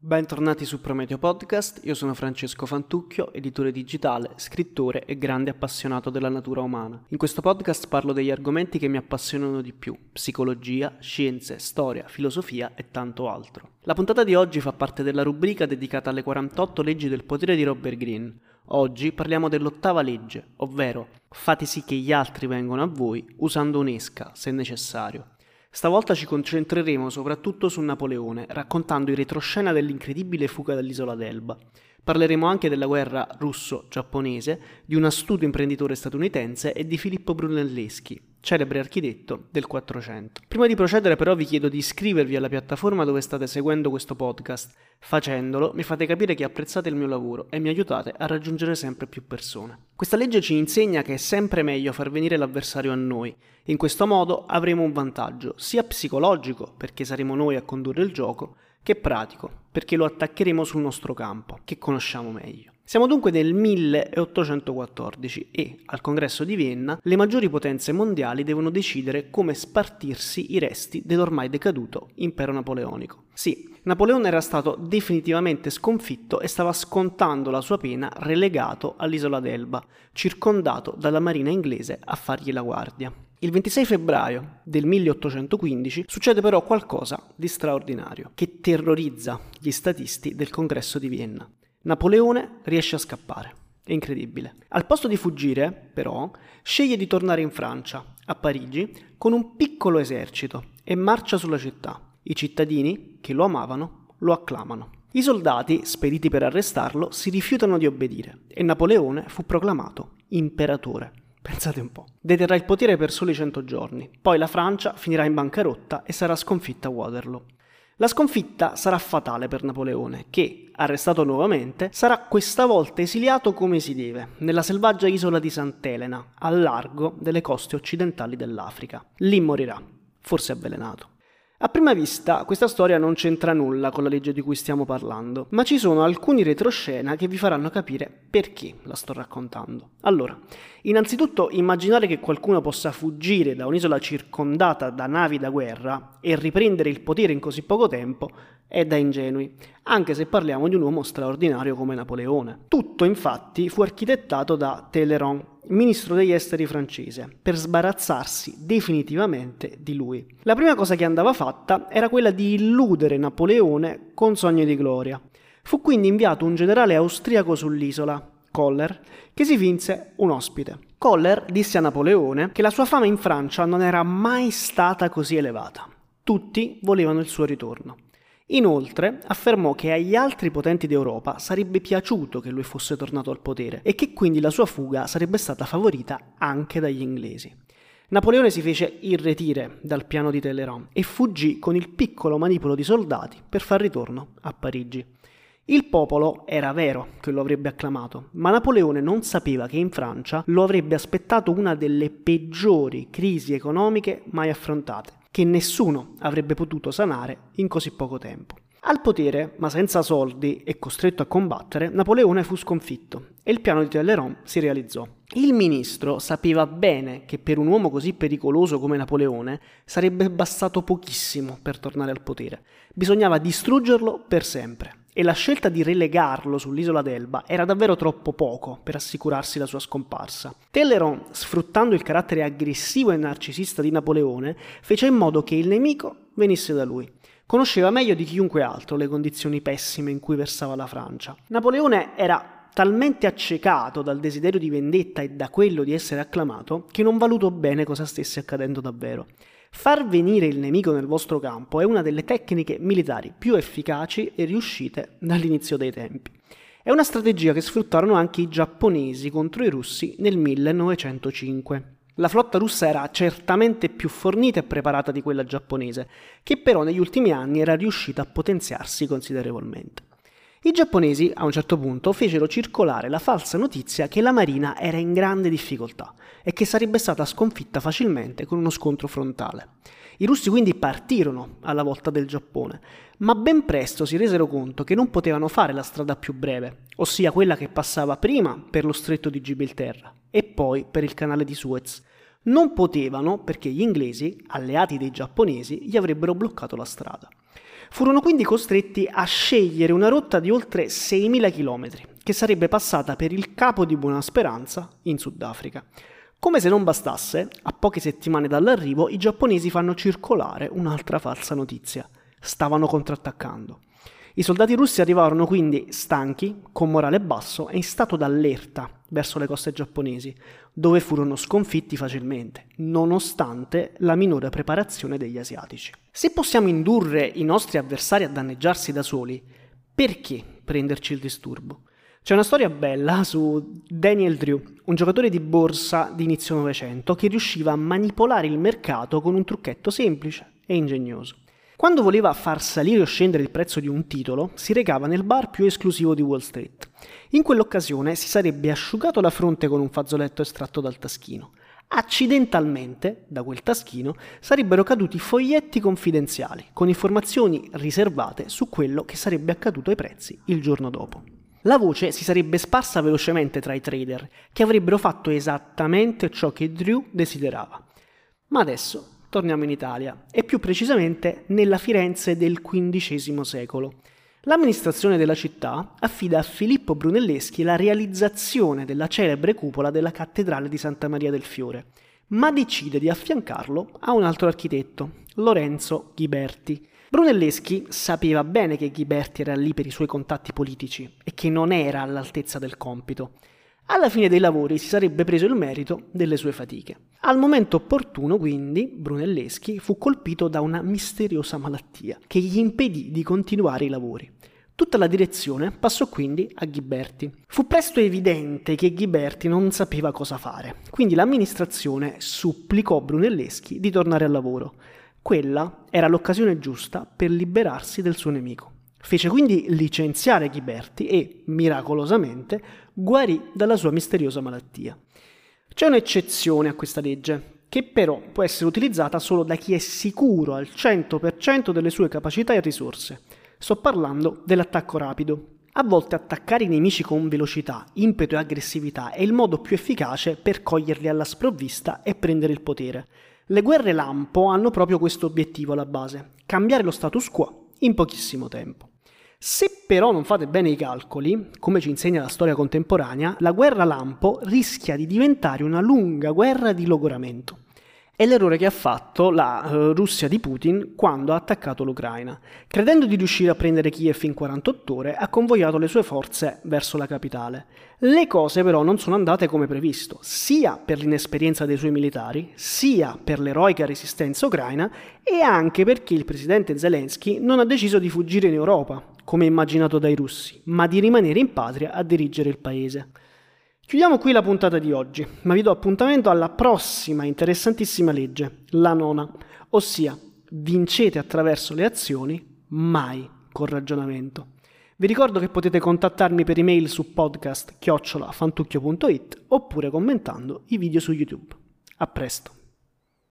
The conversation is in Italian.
Bentornati su Prometeo Podcast, io sono Francesco Fantucchio, editore digitale, scrittore e grande appassionato della natura umana. In questo podcast parlo degli argomenti che mi appassionano di più: psicologia, scienze, storia, filosofia e tanto altro. La puntata di oggi fa parte della rubrica dedicata alle 48 leggi del potere di Robert Greene. Oggi parliamo dell'8ª legge, ovvero fate sì che gli altri vengano a voi usando un'esca, se necessario. Stavolta ci concentreremo soprattutto su Napoleone, raccontando in retroscena dell'incredibile fuga dall'isola d'Elba. Parleremo anche della guerra russo-giapponese, di un astuto imprenditore statunitense e di Filippo Brunelleschi, celebre architetto del 400. Prima di procedere però vi chiedo di iscrivervi alla piattaforma dove state seguendo questo podcast. Facendolo mi fate capire che apprezzate il mio lavoro e mi aiutate a raggiungere sempre più persone. Questa legge ci insegna che è sempre meglio far venire l'avversario a noi. In questo modo avremo un vantaggio, sia psicologico, perché saremo noi a condurre il gioco, che pratico, perché lo attaccheremo sul nostro campo, che conosciamo meglio. Siamo dunque nel 1814 e, al congresso di Vienna, le maggiori potenze mondiali devono decidere come spartirsi i resti dell'ormai decaduto impero napoleonico. Sì, Napoleone era stato definitivamente sconfitto e stava scontando la sua pena relegato all'isola d'Elba, circondato dalla marina inglese a fargli la guardia. Il 26 febbraio del 1815 succede però qualcosa di straordinario, che terrorizza gli statisti del congresso di Vienna. Napoleone riesce a scappare. È incredibile. Al posto di fuggire, però, sceglie di tornare in Francia, a Parigi, con un piccolo esercito e marcia sulla città. I cittadini, che lo amavano, lo acclamano. I soldati, spediti per arrestarlo, si rifiutano di obbedire e Napoleone fu proclamato imperatore. Pensate un po'. Deterrà il potere per soli 100 giorni. Poi la Francia finirà in bancarotta e sarà sconfitta a Waterloo. La sconfitta sarà fatale per Napoleone, che, arrestato nuovamente, sarà questa volta esiliato come si deve, nella selvaggia isola di Sant'Elena, al largo delle coste occidentali dell'Africa. Lì morirà, forse avvelenato. A prima vista questa storia non c'entra nulla con la legge di cui stiamo parlando, ma ci sono alcuni retroscena che vi faranno capire perché la sto raccontando. Allora, innanzitutto immaginare che qualcuno possa fuggire da un'isola circondata da navi da guerra e riprendere il potere in così poco tempo è da ingenui, anche se parliamo di un uomo straordinario come Napoleone. Tutto infatti fu architettato da Talleyrand, ministro degli esteri francese, per sbarazzarsi definitivamente di lui. La prima cosa che andava fatta era quella di illudere Napoleone con sogni di gloria. Fu quindi inviato un generale austriaco sull'isola, Koller, che si finse un ospite. Koller disse a Napoleone che la sua fama in Francia non era mai stata così elevata. Tutti volevano il suo ritorno. Inoltre affermò che agli altri potenti d'Europa sarebbe piaciuto che lui fosse tornato al potere e che quindi la sua fuga sarebbe stata favorita anche dagli inglesi. Napoleone si fece irretire dal piano di Talleyrand e fuggì con il piccolo manipolo di soldati per far ritorno a Parigi. Il popolo era vero che lo avrebbe acclamato, ma Napoleone non sapeva che in Francia lo avrebbe aspettato una delle peggiori crisi economiche mai affrontate, che nessuno avrebbe potuto sanare in così poco tempo. Al potere, ma senza soldi e costretto a combattere, Napoleone fu sconfitto e il piano di Talleyrand si realizzò. Il ministro sapeva bene che per un uomo così pericoloso come Napoleone sarebbe bastato pochissimo per tornare al potere. Bisognava distruggerlo per sempre. E la scelta di relegarlo sull'isola d'Elba era davvero troppo poco per assicurarsi la sua scomparsa. Talleyrand, sfruttando il carattere aggressivo e narcisista di Napoleone, fece in modo che il nemico venisse da lui. Conosceva meglio di chiunque altro le condizioni pessime in cui versava la Francia. Napoleone era talmente accecato dal desiderio di vendetta e da quello di essere acclamato che non valutò bene cosa stesse accadendo davvero. Far venire il nemico nel vostro campo è una delle tecniche militari più efficaci e riuscite dall'inizio dei tempi. È una strategia che sfruttarono anche i giapponesi contro i russi nel 1905. La flotta russa era certamente più fornita e preparata di quella giapponese, che però negli ultimi anni era riuscita a potenziarsi considerevolmente. I giapponesi, a un certo punto, fecero circolare la falsa notizia che la marina era in grande difficoltà e che sarebbe stata sconfitta facilmente con uno scontro frontale. I russi quindi partirono alla volta del Giappone, ma ben presto si resero conto che non potevano fare la strada più breve, ossia quella che passava prima per lo stretto di Gibilterra e poi per il canale di Suez. Non potevano perché gli inglesi, alleati dei giapponesi, gli avrebbero bloccato la strada. Furono quindi costretti a scegliere una rotta di oltre 6.000 km, che sarebbe passata per il Capo di Buona Speranza in Sudafrica. Come se non bastasse, a poche settimane dall'arrivo i giapponesi fanno circolare un'altra falsa notizia. Stavano contrattaccando. I soldati russi arrivarono quindi stanchi, con morale basso e in stato d'allerta verso le coste giapponesi, dove furono sconfitti facilmente, nonostante la minore preparazione degli asiatici. Se possiamo indurre i nostri avversari a danneggiarsi da soli, perché prenderci il disturbo? C'è una storia bella su Daniel Drew, un giocatore di borsa di inizio Novecento che riusciva a manipolare il mercato con un trucchetto semplice e ingegnoso. Quando voleva far salire o scendere il prezzo di un titolo, si recava nel bar più esclusivo di Wall Street. In quell'occasione si sarebbe asciugato la fronte con un fazzoletto estratto dal taschino. Accidentalmente, da quel taschino, sarebbero caduti foglietti confidenziali, con informazioni riservate su quello che sarebbe accaduto ai prezzi il giorno dopo. La voce si sarebbe sparsa velocemente tra i trader, che avrebbero fatto esattamente ciò che Drew desiderava. Ma adesso torniamo in Italia, e più precisamente nella Firenze del XV secolo. L'amministrazione della città affida a Filippo Brunelleschi la realizzazione della celebre cupola della cattedrale di Santa Maria del Fiore, ma decide di affiancarlo a un altro architetto, Lorenzo Ghiberti. Brunelleschi sapeva bene che Ghiberti era lì per i suoi contatti politici e che non era all'altezza del compito. Alla fine dei lavori si sarebbe preso il merito delle sue fatiche. Al momento opportuno, quindi, Brunelleschi fu colpito da una misteriosa malattia che gli impedì di continuare i lavori. Tutta la direzione passò quindi a Ghiberti. Fu presto evidente che Ghiberti non sapeva cosa fare, quindi l'amministrazione supplicò Brunelleschi di tornare al lavoro. Quella era l'occasione giusta per liberarsi del suo nemico. Fece quindi licenziare Ghiberti e, miracolosamente, guarì dalla sua misteriosa malattia. C'è un'eccezione a questa legge, che però può essere utilizzata solo da chi è sicuro al 100% delle sue capacità e risorse. Sto parlando dell'attacco rapido. A volte attaccare i nemici con velocità, impeto e aggressività è il modo più efficace per coglierli alla sprovvista e prendere il potere. Le guerre lampo hanno proprio questo obiettivo alla base: cambiare lo status quo in pochissimo tempo. Se però non fate bene i calcoli, come ci insegna la storia contemporanea, la guerra lampo rischia di diventare una lunga guerra di logoramento. È l'errore che ha fatto la Russia di Putin quando ha attaccato l'Ucraina. Credendo di riuscire a prendere Kiev in 48 ore, ha convogliato le sue forze verso la capitale. Le cose però non sono andate come previsto, sia per l'inesperienza dei suoi militari, sia per l'eroica resistenza ucraina e anche perché il presidente Zelensky non ha deciso di fuggire in Europa, come immaginato dai russi, ma di rimanere in patria a dirigere il paese. Chiudiamo qui la puntata di oggi, ma vi do appuntamento alla prossima interessantissima legge, la 9ª, ossia vincete attraverso le azioni, mai col ragionamento. Vi ricordo che potete contattarmi per email su podcast@fantucchio.it oppure commentando i video su YouTube. A presto!